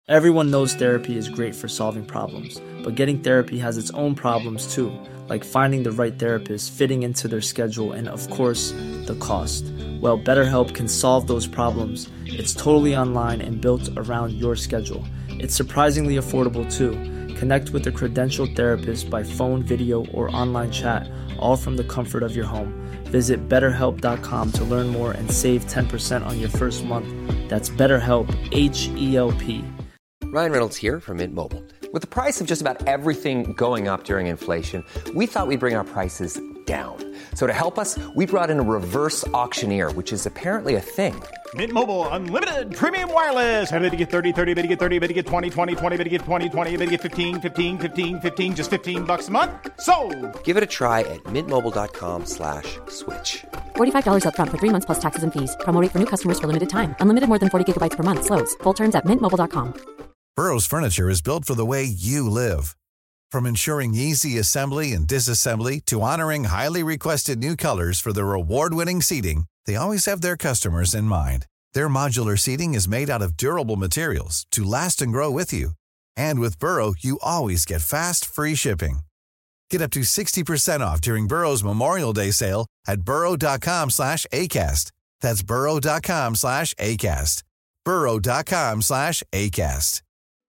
Everyone knows therapy is great for solving problems, but getting therapy has its own problems too, like finding the right therapist, fitting into their schedule, and of course, the cost. Well, BetterHelp can solve those problems. It's totally online and built around your schedule. It's surprisingly affordable too. Connect with a credentialed therapist by phone, video, or online chat, all from the comfort of your home. Visit BetterHelp.com to learn more and save 10% on your first month. That's BetterHelp, H-E-L-P. Ryan Reynolds here from Mint Mobile. With the price of just about everything going up during inflation, we thought we'd bring our prices down. So to help us, we brought in a reverse auctioneer, which is apparently a thing. Mint Mobile Unlimited Premium Wireless. How to get 30, 30, how to get 30, how to get 20, 20, 20, how to get 20, 20, how to get 15, 15, 15, 15, just $15 a month? Sold! Give it a try at mintmobile.com/switch. $45 up front for 3 months plus taxes and fees. Promo rate for new customers for limited time. Unlimited more than 40 gigabytes per month. Slows full terms at mintmobile.com. Burrow's furniture is built for the way you live. From ensuring easy assembly and disassembly to honoring highly requested new colors for their award-winning seating, they always have their customers in mind. Their modular seating is made out of durable materials to last and grow with you. And with Burrow, you always get fast, free shipping. Get up to 60% off during Burrow's Memorial Day sale at burrow.com/ACAST. That's burrow.com/ACAST. burrow.com/ACAST.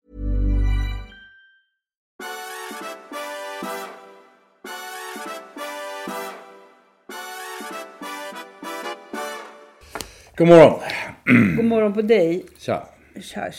God morgon. God morgon på dig. Tja. Tja.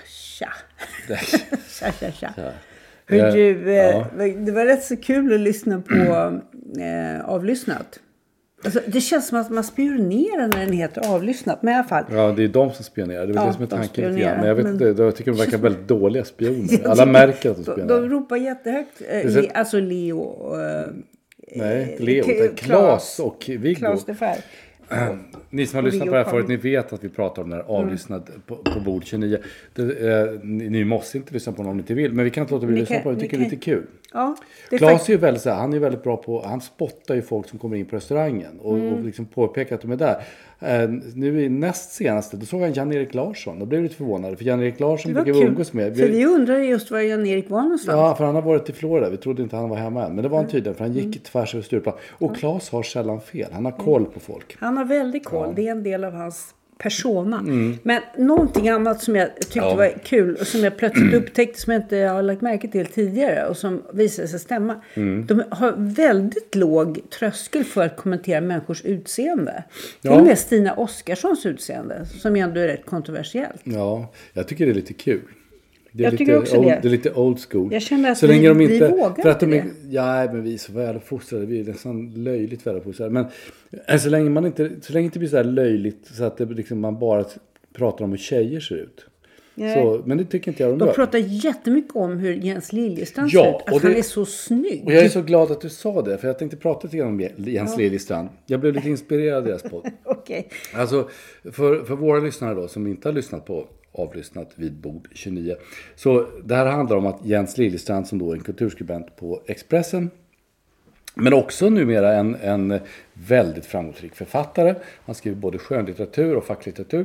Tja. Hör du, det var rätt så kul att lyssna på Avlyssnat. Alltså, det känns som att man spionerar när den heter Avlyssnat, men i alla fall. Ja, det är de som spionerar. Det är det som är tanken lite grann. Men jag vet inte, jag tycker de verkar väldigt dåliga spioner. Alla märker att de spionerar. De ropar jättehögt. Alltså Leo. Nej, Leo. Det är Claes och Viggo. Claes de Fär. Ni som har lyssnat på det här förut, ni vet att vi pratar om det här avlyssnat på bord 29. Ni måste inte lyssna på någon om ni inte vill, men vi kan inte låta bli att lyssna på det. Jag tycker det är lite kul. Ja, Claes är ju väldigt så här, han är väldigt bra på, han spottar ju folk som kommer in på restaurangen och liksom påpekar att de är där. Nu i näst senaste, då såg han Jan-Erik Larsson. Då blev jag lite förvånad, för Jan-Erik Larsson brukar vi umgås med. För vi undrar just var Jan-Erik var någonstans. Ja, för han har varit i Florida. Vi trodde inte han var hemma än. Men det var han tydligen, för han gick tvärs över Stureplan. Och Claes har sällan fel. Han har koll på folk. Han har väldigt koll. Ja. Det är en del av hans persona. Men någonting annat som jag tyckte var kul och som jag plötsligt upptäckte som jag inte har lagt märke till tidigare och som visade sig stämma. De har väldigt låg tröskel för att kommentera människors utseende. Till och med Stina Oskarssons utseende, som ändå är rätt kontroversiellt. Ja, jag tycker det är lite kul. Det är jag lite tycker också det är lite old school. Jag känner att så länge de inte, vi vågar för att inte de, det. Ja, men vi är så väluppfostrade. Vi är nästan löjligt väluppfostrade. Men så länge det inte blir så här löjligt så att det liksom, man bara pratar om hur tjejer ser ut. Så, men det tycker inte jag de pratar jättemycket om hur Jens Liljestrand ser ut. Att han är så snygg. Och jag är så glad att du sa det. För jag tänkte prata lite om Jens Liljestrand. Jag blev lite inspirerad av deras podd. Okay. Alltså, för våra lyssnare då, som inte har lyssnat på Avlyssnat vid bord 29. Så det här handlar om att Jens Liljestrand, som då är en kulturskribent på Expressen, men också numera en väldigt framgångsrik författare. Han skriver både skönlitteratur och facklitteratur.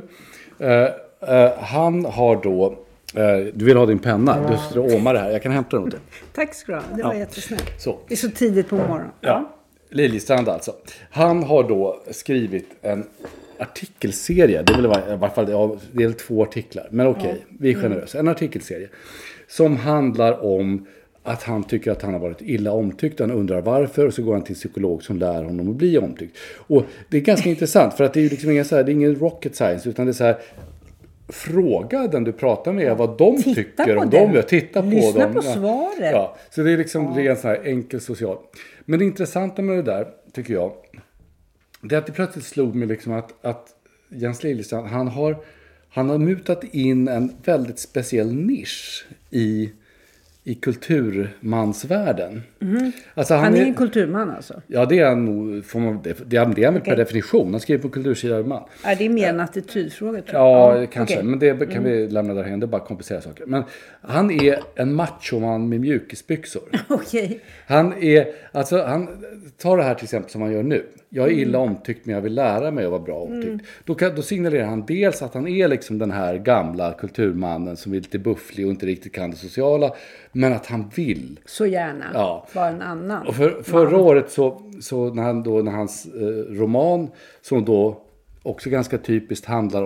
Han har då... du vill ha din penna. Du står åmar det här. Jag kan hämta den åt dig. Tack ska du ha. Det var jättesnällt. Så. Det är så tidigt på morgonen. Ja. Liljestrand alltså. Han har då skrivit en artikelserie. Det är väl i varje fall det är 2 artiklar. Men okej, vi är generösa. En artikelserie som handlar om att han tycker att han har varit illa omtyckt. Han undrar varför, och så går han till psykolog som lär honom att bli omtyckt. Och det är ganska intressant, för att det är ju liksom det är ingen rocket science, utan det är så här: fråga den du pratar med vad de tycker om dem. Titta på Lyssna dem. på svaret. Ja, så det är liksom det är en sån här enkel social. Men det intressanta med det där, tycker jag, det är att det plötsligt slog mig liksom att Jens Liljestrand, han har mutat in en väldigt speciell nisch i i kulturmansvärlden. Alltså, Han är en kulturman alltså? Ja, det är han nog, det är han väl per definition. Han skriver på kultursidan. Ja, det är mer en attitydfråga tror jag. Ja, kanske. Men det kan vi lämna därhen. Det är bara komplicera saker. Men han är en machoman med mjukisbyxor. Okej. Han tar det här till exempel som han gör nu. Jag är illa omtyckt men jag vill lära mig att vara bra omtyckt. Då signalerar han dels att han är liksom den här gamla kulturmannen som är lite bufflig och inte riktigt kan det sociala. Men att han vill. Så gärna. Vara en annan. Och förra året så när hans roman som då också ganska typiskt handlar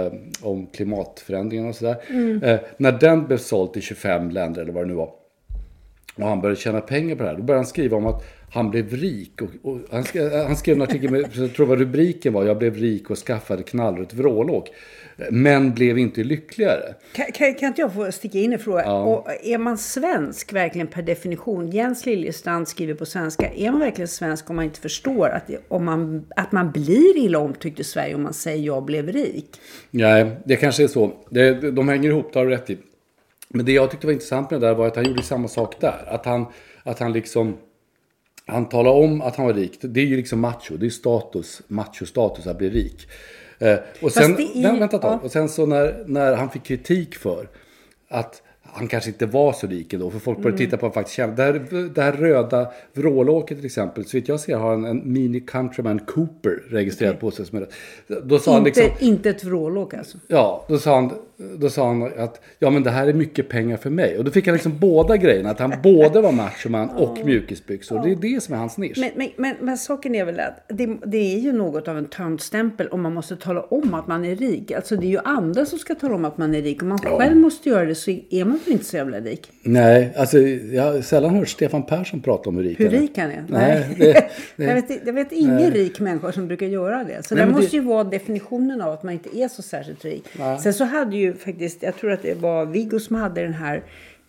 om klimatförändringar och sådär. När den blev såld till 25 länder eller vad det nu var. Och han började tjäna pengar på det här. Då började han skriva om att han blev rik. Och han skrev en artikel med, jag tror vad rubriken var. Jag blev rik och skaffade knallrött vrålåk. Men blev inte lyckligare. Kan inte jag få sticka in i frågan? Ja. Och är man svensk verkligen per definition? Jens Liljestrand skriver på svenska. Är man verkligen svensk om man inte förstår att man blir illa omtyckt i Sverige om man säger jag blev rik? Nej, det kanske är så. De hänger ihop, tar du rätt i. Men det jag tyckte var intressant med det där var att han gjorde samma sak där. Att han liksom... Han talar om att han var rik. Det är ju liksom macho. Det är status. Macho-status att bli rik. Och sen, och sen så när han fick kritik för att han kanske inte var så rik då. För folk började titta på vad han faktiskt kände. Det här röda vrålåket till exempel. Så vitt jag ser har han en Mini Countryman Cooper registrerat på sig. Då sa han liksom, inte ett vrålåk alltså? Ja, då sa han att ja men det här är mycket pengar för mig. Och då fick han liksom båda grejerna. Att han både var machoman och mjukisbyxor. Det är det som är hans nisch. Men saken är väl att det är ju något av en töntstämpel om man måste tala om att man är rik. Alltså det är ju andra som ska tala om att man är rik. Om man själv måste göra det så är man inte så jävla rik. Nej, alltså jag har sällan hört Stefan Persson prata om hur rik han är. Nej. Jag vet ingen rik människa som brukar göra det. Så det måste ju vara definitionen av att man inte är så särskilt rik. Nej. Sen så hade ju faktiskt, jag tror att det var Viggo som hade den här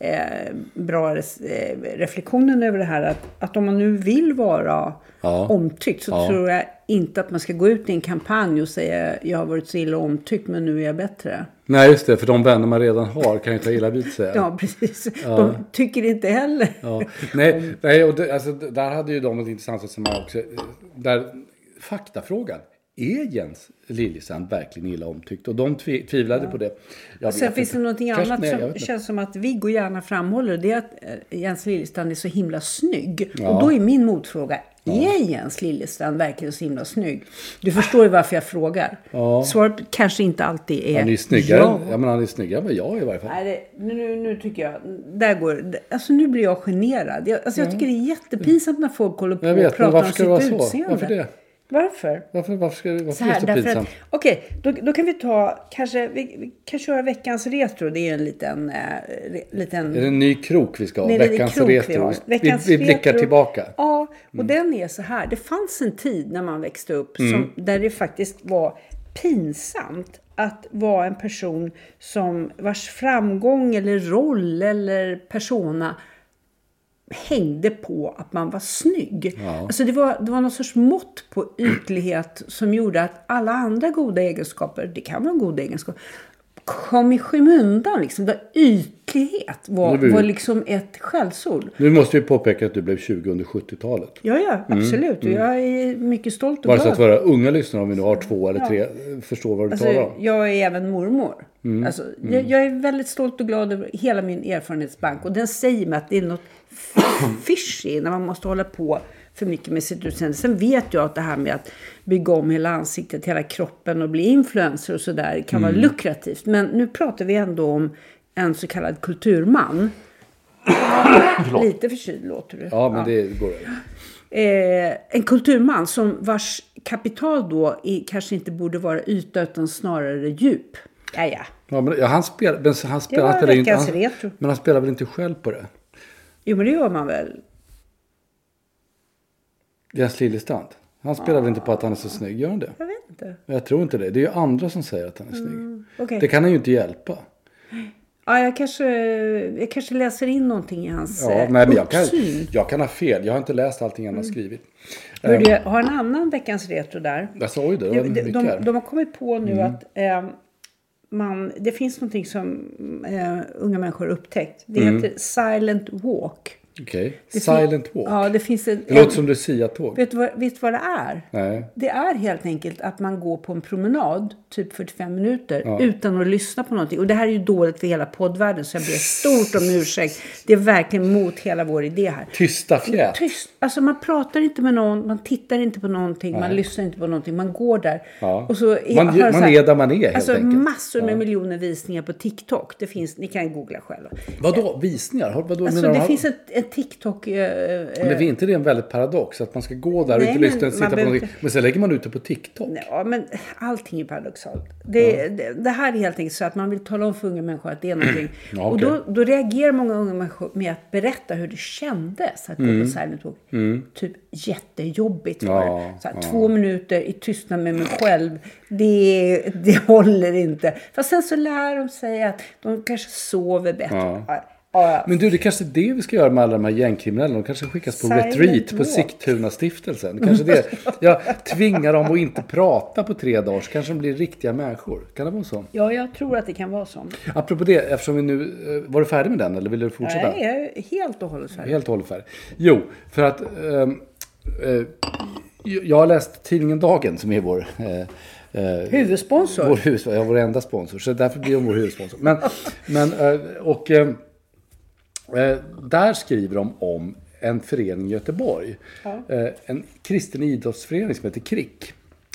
bra reflektionen över det här att om man nu vill vara omtyckt så tror jag inte att man ska gå ut i en kampanj och säga jag har varit så illa omtyckt men nu är jag bättre. Nej just det, för de vänner man redan har kan ju ta illa vid sig. Ja precis, de tycker inte heller. Ja. Nej och där hade ju de ett intressant resonemang också. Där faktafrågan. Är Jens Liljestrand verkligen illa omtyckt? Och de tvivlade på det. Sen finns det någonting annat som känns som att Viggo gärna framhåller. Det är att Jens Liljestrand är så himla snygg. Ja. Och då är min motfråga. Är Jens Liljestrand verkligen så himla snygg? Du förstår ju varför jag frågar. Ja. Svaret kanske inte alltid är... Han är snyggare. Ja, men han är snyggare än vad jag i varje fall. Nej, nu tycker jag... Alltså nu blir jag generad. Jag tycker det är jättepinsamt när folk håller på och pratar om sitt utseende. Varför det? Varför? Varför ska det vara så pinsamt? Okej, då kan vi ta, kanske, vi kan köra veckans retro. Det är en liten... Är det en ny krok vi ska ha? Veckans retro. Vi blickar tillbaka. Ja, och den är så här. Det fanns en tid när man växte upp där det faktiskt var pinsamt att vara en person vars framgång eller roll eller persona hängde på att man var snygg. Ja. Alltså det var någon sorts mått på ytlighet som gjorde att alla andra goda egenskaper, det kan vara en god egenskap, kom i skymundan liksom. Där ytlighet var liksom ett skällsord. Nu måste vi påpeka att du blev 20 under 70-talet. Ja, absolut. Och jag är mycket stolt och glad. Bara så att våra unga lyssnare, om vi nu har 2 eller 3, förstår vad du talar om. Jag är även mormor. Alltså, jag är väldigt stolt och glad över hela min erfarenhetsbank. Och den säger mig att det är något fishy när man måste hålla på för mycket med sitt utseende. Sen vet jag att det här med att bygga om hela ansiktet, hela kroppen och bli influencer och sådär kan vara lukrativt. Men nu pratar vi ändå om en så kallad kulturman. Lite förkyld låter du. Ja, men det går det. En kulturman som vars kapital då kanske inte borde vara yta utan snarare djup. Ja. Ja, men han spelar men han spelar väl inte själv på det? Jo, men det gör man väl. Jens Liljestrand. Han spelar väl inte på att han är så snygg, gör han det? Jag vet inte. Jag tror inte det. Det är ju andra som säger att han är snygg. Okay. Det kan han ju inte hjälpa. Ja, jag kanske läser in någonting i hans men jag kan ha fel. Jag har inte läst allting han har skrivit. Du har en annan veckans retro där. Jag sa ju det. De har kommit på nu att det finns någonting som unga människor har upptäckt. Det heter Silent Walk. Okej. Silent Walk. Ja, det finns det låter som Lucia-tåg. Vet du vad det är? Nej. Det är helt enkelt att man går på en promenad, typ 45 minuter, utan att lyssna på någonting. Och det här är ju dåligt för hela poddvärlden, så jag ber stort om ursäkt. Det är verkligen mot hela vår idé här. Tysta fjät. Alltså man pratar inte med någon, man tittar inte på någonting, man lyssnar inte på någonting, man går där. Ja. Och så man är där man är helt alltså enkelt. Massor med miljoner visningar på TikTok. Det finns, ni kan googla själva. Vadå visningar? Vadå, alltså det finns en TikTok... Men är inte det en väldigt paradox? Att man ska gå där och inte lyssna och sitta på någonting. Men sen lägger man ut det på TikTok. Ja, men allting är paradoxalt. Det här är helt enkelt så att man vill tala om för unga människor att det är någonting. Ja, okay. Och då reagerar många unga människor med att berätta hur det kändes att gå på Silent Walk. Typ jättejobbigt var det. Så här, 2 minuter i tystnad med mig själv. Det håller inte. Fast sen så lär de sig att de kanske sover bättre. Ja. Men du, det är kanske det vi ska göra med alla de här gängkriminella. De kanske skickas på retreat på Sigtuna-stiftelsen. Kanske det. Jag tvingar dem att inte prata på 3 dagar, så kanske de blir riktiga människor. Kan det vara så? Ja, jag tror att det kan vara så. Apropå det, eftersom vi nu... Var du färdig med den eller vill du fortsätta? Nej, jag är helt och hållet färdig. Helt och hållet färdig. Jo, för att... jag har läst tidningen Dagen som är vår... huvudsponsor. Vår enda sponsor. Så därför blir hon vår huvudsponsor. Där skriver de om en förening i Göteborg. Ja. En kristen idrottsförening som heter KRIK.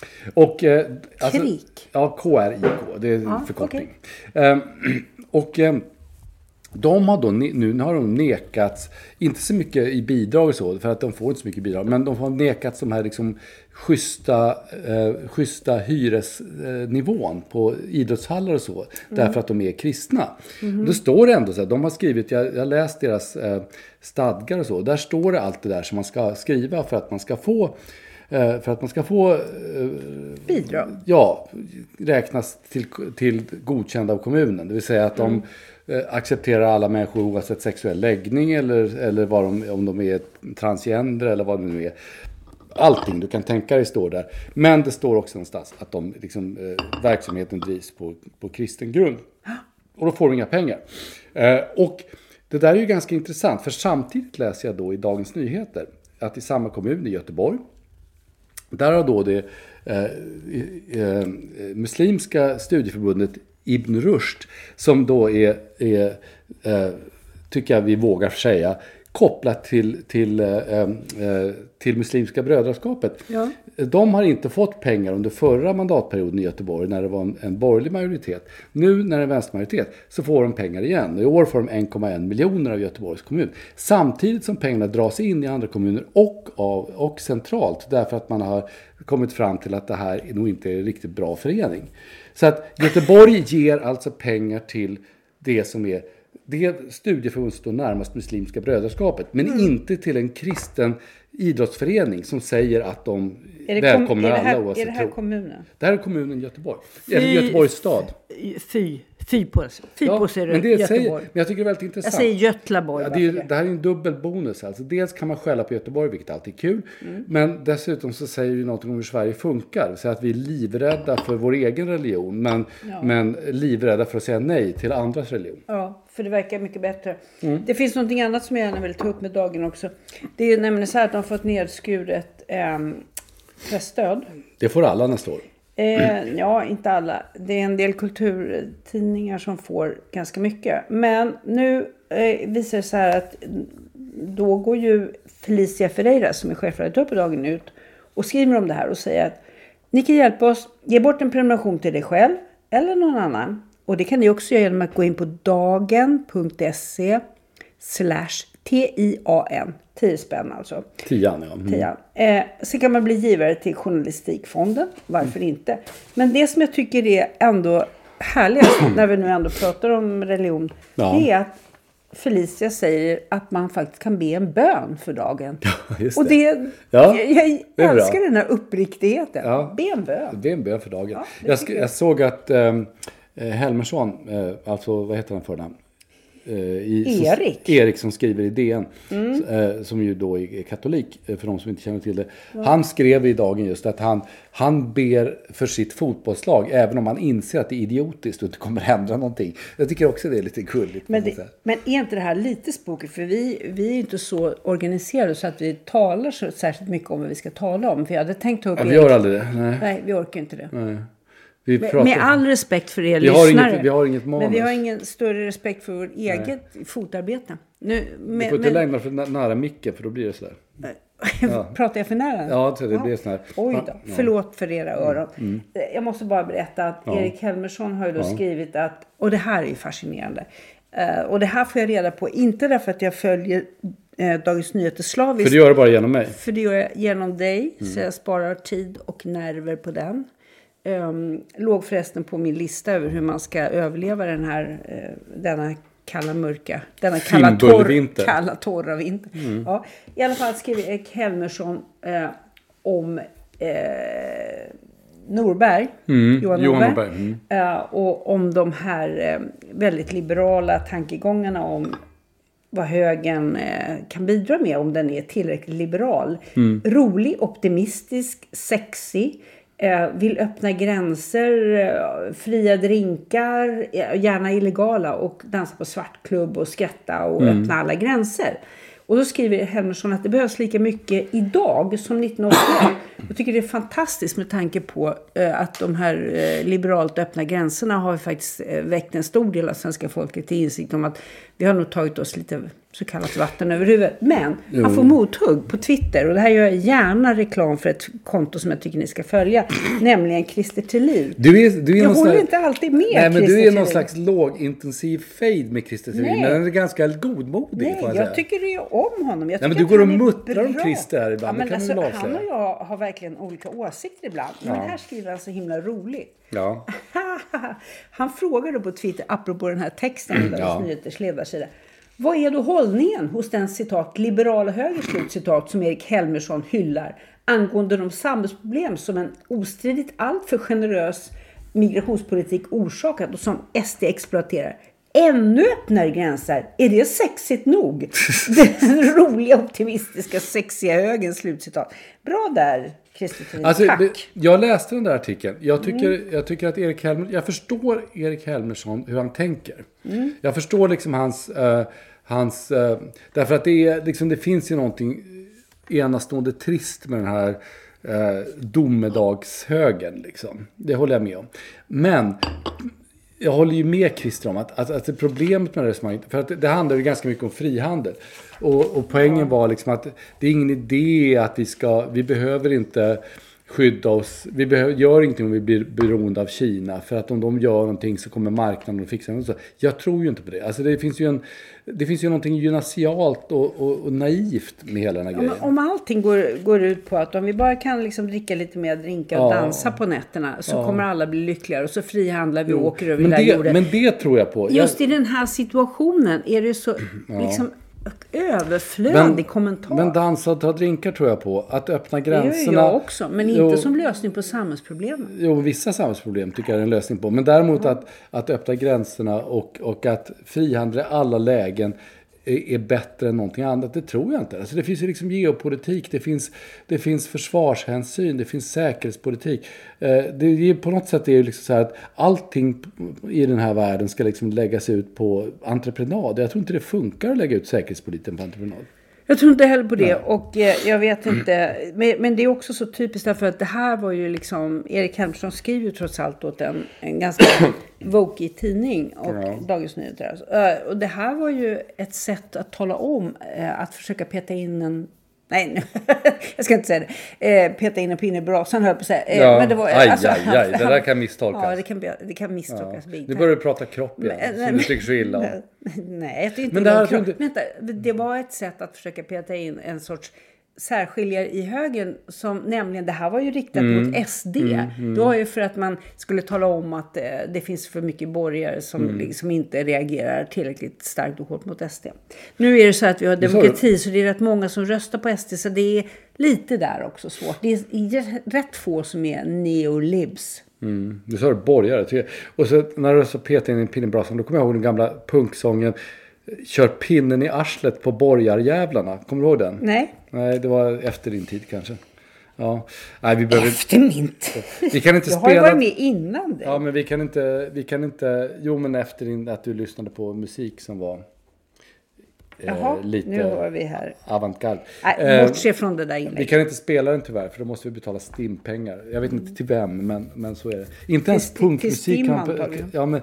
KRIK? Ja, KRIK. Det är en förkortning. Okay. De har då, nu har de nekats, inte så mycket i bidrag och så, för att de får inte så mycket bidrag, men de har nekats de här liksom schyssta hyresnivån på idrottshallar och så, därför att de är kristna. Då står det ändå så här, de har skrivit, jag har läst deras stadgar och så, där står det allt det där som man ska skriva för att man ska få bidrag. Ja, räknas till godkända av kommunen. Det vill säga att de accepterar alla människor oavsett sexuell läggning eller om de är transgender eller vad det nu är. Allting du kan tänka dig står där. Men det står också någonstans att verksamheten drivs på kristen grund. Och då får de inga pengar. Och det där är ju ganska intressant. För samtidigt läser jag då i Dagens Nyheter att i samma kommun i Göteborg, där har då det muslimska studieförbundet Ibn Rushd, som då är tycker jag vi vågar säga, kopplat till muslimska brödraskapet. Ja. De har inte fått pengar under förra mandatperioden i Göteborg när det var en borgerlig majoritet. Nu när det är vänstermajoritet så får de pengar igen. I år får de 1,1 miljoner av Göteborgs kommun. Samtidigt som pengarna dras in i andra kommuner och centralt, därför att man har kommit fram till att det här nog inte är en riktigt bra förening. Så att Göteborg ger alltså pengar till det som är det studieförbund står närmast muslimska brödraskapet, men inte till en kristen idrottsförening som säger att de välkomnar alla oavsett tro. Är det här kommunen? Det här är kommunen Göteborg. Eller Göteborgs stad. Fy på sig men Göteborg. Men jag tycker det är väldigt intressant. Jag säger Götlaborg. Ja, det här är en dubbel bonus. Alltså, dels kan man skälla på Göteborg, vilket alltid är kul. Men dessutom så säger vi något om hur Sverige funkar. Så att vi är livrädda för vår egen religion. Men livrädda för att säga nej till andras religion. Ja, för det verkar mycket bättre. Det finns någonting annat som jag gärna vill ta upp med Dagen också. Det är ju nämligen så här att de har fått nedskuret pressstöd. Det får alla nästa år. Ja, inte alla. Det är en del kulturtidningar som får ganska mycket. Men nu visar det så här att då går ju Felicia Ferreira, som är chefredaktör på Dagen Ut, och skriver om det här och säger att ni kan hjälpa oss, ge bort en prenumeration till dig själv eller någon annan. Och det kan ni också göra genom att gå in på dagen.se/TIAN. 10 spänn alltså. 10, ja. Så kan man bli givare till Journalistikfonden. Varför inte? Men det som jag tycker är ändå härligast när vi nu ändå pratar om religion, det är att Felicia säger att man faktiskt kan be en bön för dagen. Ja, just och det. Jag älskar den här uppriktigheten. Ja. Be en bön. Be en bön för dagen. Ja, jag såg att Helmersson, alltså vad heter han för namn? Erik som skriver i DN, som ju då är katolik, för de som inte känner till det. Ja. Han skrev i Dagen just att han ber för sitt fotbollslag, även om han inser att det är idiotiskt och inte kommer hända någonting. Jag tycker också det är lite gulligt. Men är inte det här lite spooky? För vi är inte så organiserade så att vi talar så särskilt mycket om vad vi ska tala om. För jag hade tänkt ta upp... vi gör aldrig det. Nej, vi orkar inte det. Nej. Med all respekt för er lyssnare. Vi har inget manus. Men vi har ingen större respekt för vårt eget fotarbete. Du får inte lämna för nära micken, för då blir det sådär. Pratar jag för nära? Ja, så det blir sån här. Oj då, förlåt för era öron. Jag måste bara berätta att Erik Helmersson har ju då skrivit att, och det här är ju fascinerande. Och det här får jag reda på, inte därför att jag följer Dagens Nyheter slaviskt. För det gör det bara genom mig. För det gör jag genom dig, så jag sparar tid och nerver på den. Låg förresten på min lista över hur man ska överleva denna kalla mörka, denna kalla torra vinter. Ja, i alla fall skrev Erik Helmersson om Norberg, Johan Norberg. Och om de här väldigt liberala tankegångarna om vad högern kan bidra med om den är tillräckligt liberal. Rolig, optimistisk, sexig. Vill öppna gränser, fria drinkar, gärna illegala, och dansa på svartklubb och skratta och öppna alla gränser. Och då skriver Helmersson att det behövs lika mycket idag som 1981. Jag tycker det är fantastiskt med tanke på att de här liberalt öppna gränserna har faktiskt väckt en stor del av svenska folket till insikt om att vi har nog tagit oss lite så kallat vatten över huvudet. Men han får mothugg på Twitter, och det här gör jag gärna reklam för ett konto som jag tycker ni ska följa, nämligen Christer Thelin. Jag håller inte alltid med. Nej, men du är någon slags lågintensiv fade med Christer Thelin, men den är ganska godmodig. Nej, jag tycker det är om honom. Men du går och muttrar om Christer här ibland. Ja, men alltså, han och jag har verkligen olika åsikter ibland. Men här skriver han så himla roligt. Ja. Han frågade på Twitter, apropå den här texten i Dagens Nyheters ledarsida: vad är då hållningen hos den citat liberala högerslutcitat som Erik Helmersson hyllar angående de samhällsproblem som en ostridigt alltför generös migrationspolitik orsakat och som SD exploaterar? Ännu öppnare gränser. Är det sexigt nog? Den roliga, optimistiska, sexiga högen, slutcitat. Bra där, Christer Thelin. Alltså, tack. Jag läste den där artikeln. Jag tycker att jag förstår Erik Helmersson, hur han tänker. Jag förstår liksom hans därför att det är liksom, det finns ju någonting enastående trist med den här domedagshögen liksom. Det håller jag med om. Men jag håller ju med Christer om att det problemet med resonemanget, för att det handlar ju ganska mycket om frihandel. Och poängen var liksom att det är ingen idé att vi behöver inte skydda oss. Gör ingenting om vi blir beroende av Kina, för att om de gör någonting så kommer marknaden att fixa det. Så jag tror ju inte på det. Alltså det finns ju någonting gymnasialt och naivt med hela den här grejen. Om allting går ut på att om vi bara kan liksom dricka lite mer drinkar och dansa på nätterna, så kommer alla bli lyckligare, och så frihandlar vi och åker över det jorden. Men det tror jag på. Just i den här situationen är det så liksom överflödig kommentar. Men dansa och ta drinkar tror jag på. Att öppna gränserna. Det gör jag också, men inte som lösning på samhällsproblemen. Jo, vissa samhällsproblem tycker jag är en lösning på. Men däremot att öppna gränserna och att frihandla i alla lägen är bättre än någonting annat, det tror jag inte. Alltså det finns ju liksom geopolitik, det finns försvarshänsyn, det finns säkerhetspolitik. Det är på något sätt är det liksom så här att allting i den här världen ska liksom läggas ut på entreprenad. Jag tror inte det funkar att lägga ut säkerhetspolitiken på entreprenad. Jag tror inte heller på det. Nej. Och jag vet inte. Men det är också så typiskt därför att det här var ju liksom, Erik Helmersson skriver ju trots allt åt en ganska vokig tidning och Dagens Nyheter. Alltså. Och det här var ju ett sätt att tala om att försöka peta in en... Nej, jag ska inte säga det. Peta in en pinne i brasan, höll på att säga. Men det var, det där kan misstolkas. Ja, det kan misstolkas. Ja. Nu börjar du prata kropp igen, som du tycker så illa om. Nej, jag tycker inte kropp. Vänta, det var ett sätt att försöka peta in en sorts särskiljare i högen, som nämligen, det här var ju riktat mot SD. Det var ju för att man skulle tala om att det finns för mycket borgare som liksom inte reagerar tillräckligt starkt och hårt mot SD. Nu är det så att vi har demokrati, så det är rätt många som röstar på SD, så det är lite där också svårt. Det är rätt få som är neolibs. Du sa det borgare. Och så när du så petade in i pinnebrasan, då kommer jag ihåg den gamla punksången kör pinnen i arslet på borgarjävlarna. Kommer du ihåg den? Nej. Nej, det var efter din tid kanske. Ja. Nej, vi behöver... Efter min tid? Vi kan inte jag spela... har ju varit med innan det. Ja, men vi kan inte... Jo, men efter att du lyssnade på musik som var lite... nu har vi här. Avantgarde. Nej, bortse från det där inlägget. Vi kan inte spela den tyvärr, för då måste vi betala STIM-pengar. Jag vet inte till vem, men så är det. Inte ens punkmusik kan...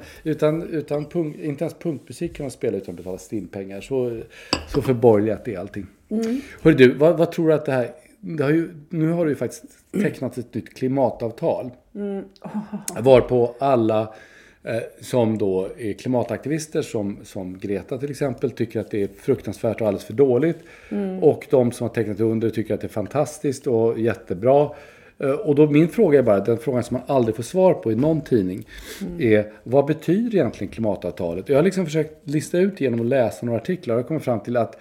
inte ens punkmusik kan man spela utan att betala STIM-pengar. Så förborgerligt är allting. Hörru du, vad tror du att det här... nu har du ju faktiskt tecknat ett nytt klimatavtal. Varpå alla som då är klimataktivister som Greta till exempel tycker att det är fruktansvärt och alldeles för dåligt. Och de som har tecknat under tycker att det är fantastiskt och jättebra. Och då min fråga är bara, den frågan som man aldrig får svar på i någon tidning är, vad betyder egentligen klimatavtalet? Jag har liksom försökt lista ut genom att läsa några artiklar och kommit fram till att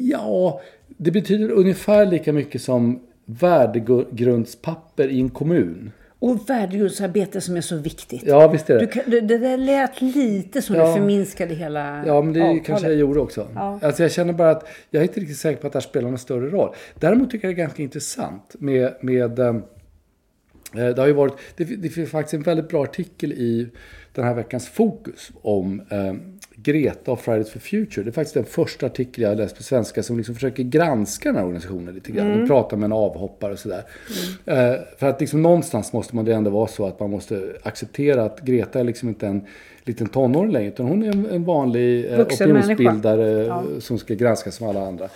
det betyder ungefär lika mycket som värdegrundspapper i en kommun. Och värdegrundsarbete som är så viktigt. Ja, visst är det. Det där lät lite som det förminskade hela Ja, men det avtalet. kanske jag gjorde också. Ja. Alltså jag känner bara att jag är inte riktigt säker på att det här spelar någon större roll. Däremot tycker jag det är ganska intressant med det har ju varit, det finns faktiskt en väldigt bra artikel i den här veckans Fokus om Greta och Fridays for Future. Det är faktiskt den första artikel jag har läst på svenska som liksom försöker granska den här organisationen lite grann. De pratar med en avhoppare och sådär. För att liksom någonstans måste man det ändå vara så att man måste acceptera att Greta är liksom inte en liten tonåring längre, utan hon är en vanlig opinionsbildare som ska granskas som alla andra.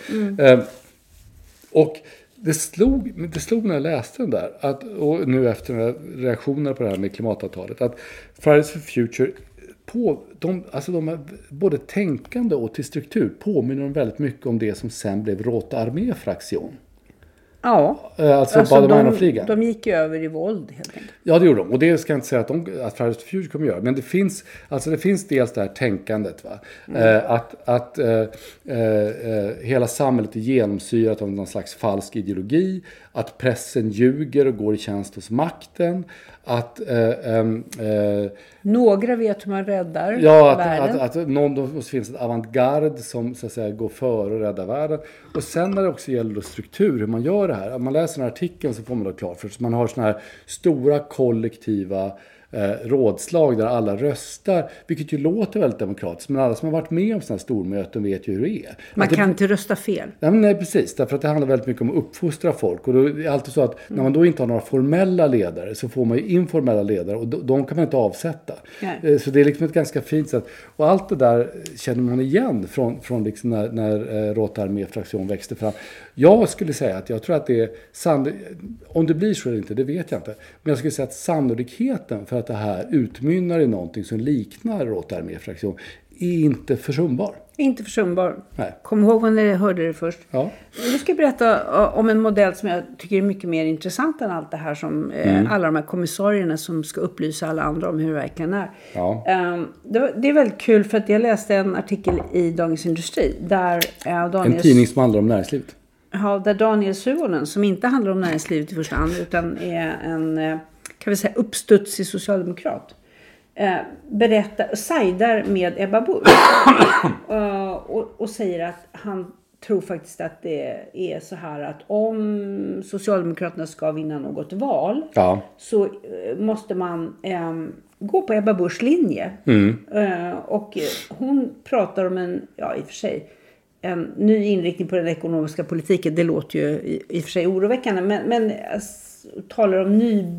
Och det slog när jag läste den där, och nu efter reaktioner på det här med klimatavtalet, att Fridays for Future de är både tänkande och till struktur påminner de väldigt mycket om det som sen blev Rota Armé-fraktion. Ja, alltså de gick ju över i våld helt enkelt. Ja, det gjorde de. Och det ska jag inte säga att Fridays for Future kommer göra. Men det finns dels det här tänkandet. Va? Att hela samhället är genomsyrat av någon slags falsk ideologi. Att pressen ljuger och går i tjänst hos makten. Några vet hur man räddar världen. Att någon finns ett avantgarde som så att säga går före och räddar världen. Och sen när det också gäller struktur, hur man gör det här. Om man läser den här artikeln så får man då klart för sig. Man har såna här stora kollektiva rådslag där alla röstar, vilket ju låter väldigt demokratiskt, men alla som har varit med om sådana här stormöten vet ju hur det är. Man kan inte rösta fel. Nej, precis, därför att det handlar väldigt mycket om att uppfostra folk, och då är det alltid så att när man då inte har några formella ledare så får man ju informella ledare, och de kan man inte avsätta. Nej. Så det är liksom ett ganska fint sätt, och allt det där känner man igen från liksom när Rota Armé-fraktion växte fram. Jag skulle säga att jag tror att det är om det blir så eller inte, det vet jag inte, men jag skulle säga att sannolikheten för att det här utmynnar i någonting som liknar Rota Armé-fraktion är inte försumbar. Inte försumbar. Nej. Kom ihåg när jag hörde det först. Ja. Nu ska jag berätta om en modell som jag tycker är mycket mer intressant än allt det här som alla de här kommissarierna som ska upplysa alla andra om hur det verkligen är. Ja. Det är väldigt kul för att jag läste en artikel i Dagens Industri där en tidning som handlar om näringslivet. Ja, där Daniel Suhonen, som inte handlar om näringslivet i första hand utan är en, kan vi säga, uppstudsig socialdemokrat, sajdar med Ebba Busch och säger att han tror faktiskt att det är så här att om Socialdemokraterna ska vinna något val så måste man gå på Ebba Buschs linje. Och hon pratar om i och för sig en ny inriktning på den ekonomiska politiken. Det låter ju i och för sig oroväckande, men talar om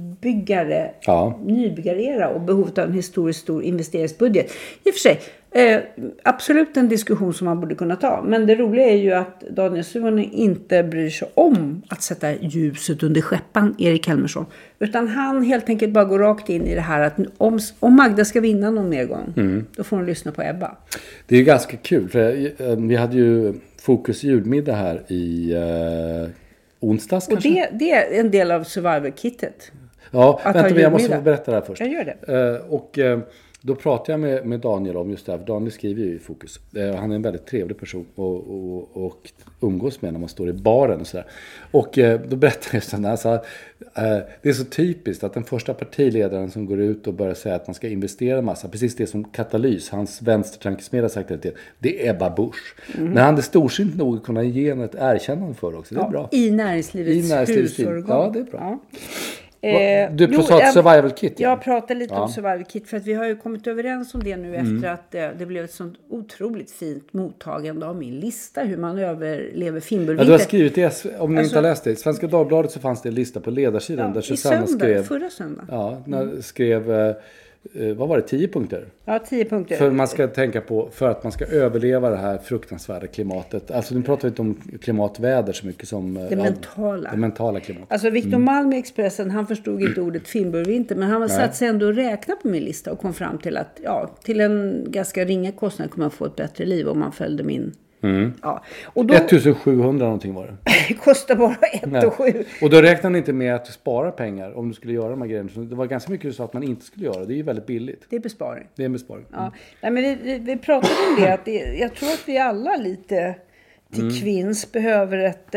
nybyggarera och behovet av en historiskt stor investeringsbudget. I och för sig, absolut en diskussion som man borde kunna ta. Men det roliga är ju att Daniel Suhonen inte bryr sig om att sätta ljuset under skäppan Erik Helmersson. Utan han helt enkelt bara går rakt in i det här att om Magda ska vinna någon mer gång, då får hon lyssna på Ebba. Det är ju ganska kul, för vi hade ju Fokus julmiddag här i onsdags kanske. Och det är en del av survival-kittet. Ja, vänta, jag måste få berätta det här först. Jag gör det. Då pratade jag med Daniel om just det här. För Daniel skriver ju i Fokus. Han är en väldigt trevlig person och umgås med när man står i baren och sådär. Och då berättade jag just det här. Det är så typiskt att den första partiledaren som går ut och börjar säga att man ska investera en massa. Precis det som Katalys, hans vänstertankesmed, har sagt till. Det är Ebba Busch. Men han är storsint nog att kunna ge henne ett erkännande för också. Det är bra. I näringslivets husorgan. Ja, det är bra. Ja. Du sa survival kit. Jag pratade lite om survival kit för att vi har ju kommit överens om det nu efter att det blev ett sånt otroligt fint mottagande av min lista hur man överlever finnbullvinter. Du har skrivit det, om ni inte har läst det. I Svenska Dagbladet så fanns det en lista på ledarsidan där Susanna skrev. Förra söndagen. Ja, skrev vad var det, 10 punkter? Ja, 10 punkter. För man ska tänka på, för att man ska överleva det här fruktansvärda klimatet. Alltså nu pratar vi inte om klimatväder så mycket som det mentala. Det mentala klimatet. Alltså Victor Malm i Expressen, han förstod inte ordet finnbullvinter, men han var satt sig ändå och räkna på min lista och kom fram till att till en ganska ringa kostnad kommer man få ett bättre liv om man följde min. Ja. Och då, 1700 någonting var det. Det kostar bara 1,7. Och då räknar ni inte med att du sparar pengar om du skulle göra de här grejerna. Det var ganska mycket du sa att man inte skulle göra. Det är ju väldigt billigt. Det är besparing. Det är en besparing. Ja. Nej, men vi pratade om det. Att jag tror att vi alla lite till kvinns behöver ett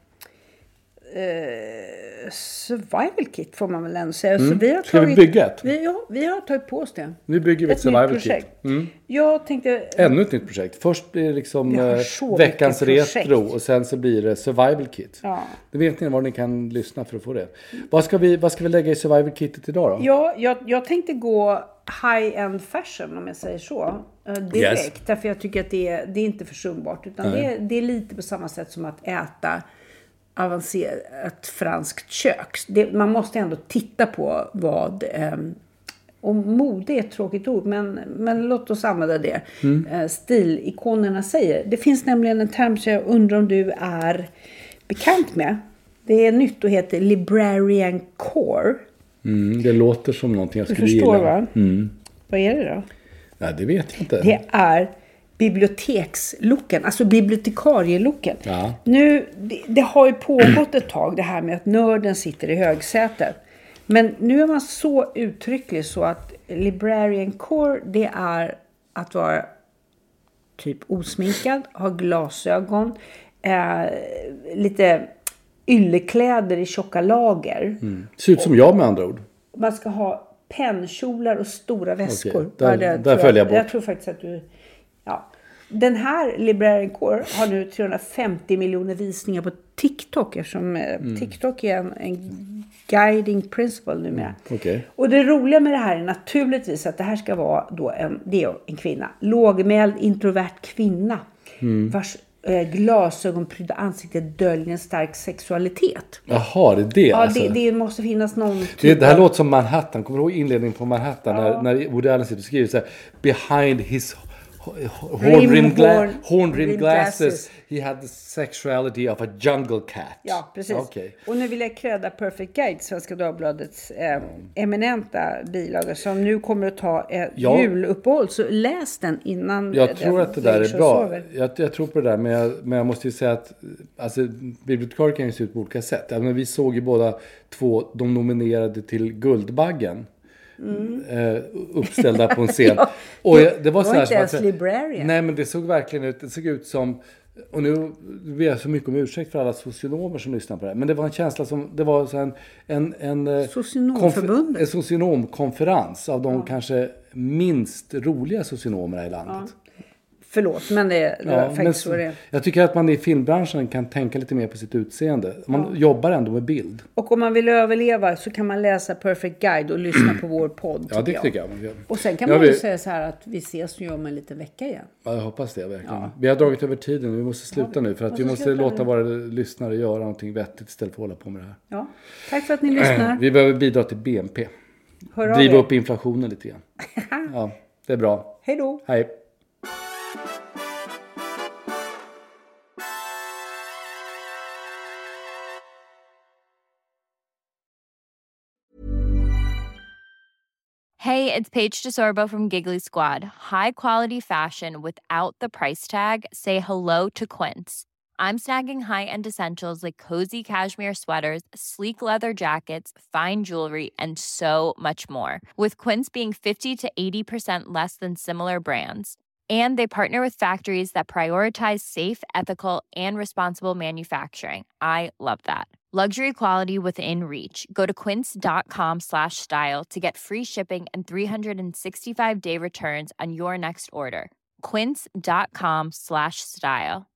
survival kit får man väl ändå säga. Så vi har ska vi bygga ett? Vi har tagit på oss det. Nu bygger vi ett survival kit. Jag tänkte... Ännu ett nytt projekt. Först blir det liksom veckans retro och sen så blir det survival kit. Ja. Det vet ni var ni kan lyssna för att få det. Vad ska vi lägga i survival kitet idag då? Ja, jag tänkte gå high-end fashion om jag säger så. Direkt. Yes. Därför jag tycker att det är inte försumbart. Utan det är lite på samma sätt som att äta avancerat franskt kök. Man måste ändå titta på vad... och mode är ett tråkigt ord, men låt oss använda det. Stilikonerna säger. Det finns nämligen en term som jag undrar om du är bekant med. Det är nytt och heter librarian core. Det låter som någonting jag skulle gilla. Du förstår va? Vad är det då? Nej, det vet jag inte. Det är bibliotekslooken, alltså bibliotekarielooken. Ja. Nu, det har ju pågått ett tag det här med att nörden sitter i högsätet. Men nu är man så uttrycklig så att librarian core, det är att vara typ osminkad, ha glasögon, lite yllekläder i tjocka lager. Ser ut som jag med andra ord. Man ska ha pennkjolar och stora väskor. Okay. Där följer jag bort. Jag tror faktiskt att du... Ja. Den här librarian core har nu 350 miljoner visningar på TikTok. Eftersom TikTok är en guiding principle numera. Okay. Och det roliga med det här är naturligtvis att det här ska vara då en kvinna. Lågmäld, introvert kvinna. Vars glasögonprydda ansikte döljer en stark sexualitet. Jaha, det är det. Ja, alltså. det måste finnas någon typ det här låter som Manhattan. Kommer du ihåg inledningen på Manhattan? När Woody Allen sitter och skriver så här: behind his horn-rimmed glasses he had the sexuality of a jungle cat. Ja, precis. Okay. Och nu vill jag kräda Perfect Guide, Svenska Dagbladets eminenta bilaga som nu kommer att ta juluppehåll. Så läs den innan. Jag tror att det där är bra. Jag tror på det där, men jag måste ju säga att alltså, bibliotekarier kan ju se ut på olika sätt. Alltså, vi såg ju båda två de nominerade till Guldbaggen. Uppställda på en scen. Och det var så här inte ens librarian. Nej, men det såg verkligen ut. Det såg ut som, och nu ber jag så mycket om ursäkt för alla socionomer som lyssnar på det här, men det var en känsla som det var så en socionomkonferens av de kanske minst roliga socionomerna i landet. Förlåt, men det var faktiskt så det. Jag tycker att man i filmbranschen kan tänka lite mer på sitt utseende. Man jobbar ändå med bild. Och om man vill överleva så kan man läsa Perfect Guide och lyssna på vår podd. Ja, det tycker jag. Och sen kan man ju säga så här att vi ses ju om en liten vecka igen. Ja, jag hoppas det verkligen. Ja. Vi har dragit över tiden. Vi måste sluta nu. För att vi måste låta våra lyssnare göra någonting vettigt istället för att hålla på med det här. Ja, tack för att ni lyssnar. Vi behöver bidra till BNP. Driva upp inflationen lite grann. Ja, det är bra. Hej då. Hej. Hey, it's Paige DeSorbo from Giggly Squad. High quality fashion without the price tag. Say hello to Quince. I'm snagging high-end essentials like cozy cashmere sweaters, sleek leather jackets, fine jewelry, and so much more. With Quince being 50 to 80% less than similar brands. And they partner with factories that prioritize safe, ethical, and responsible manufacturing. I love that. Luxury quality within reach. Go to quince.com/style to get free shipping and 365-day returns on your next order. Quince.com/style.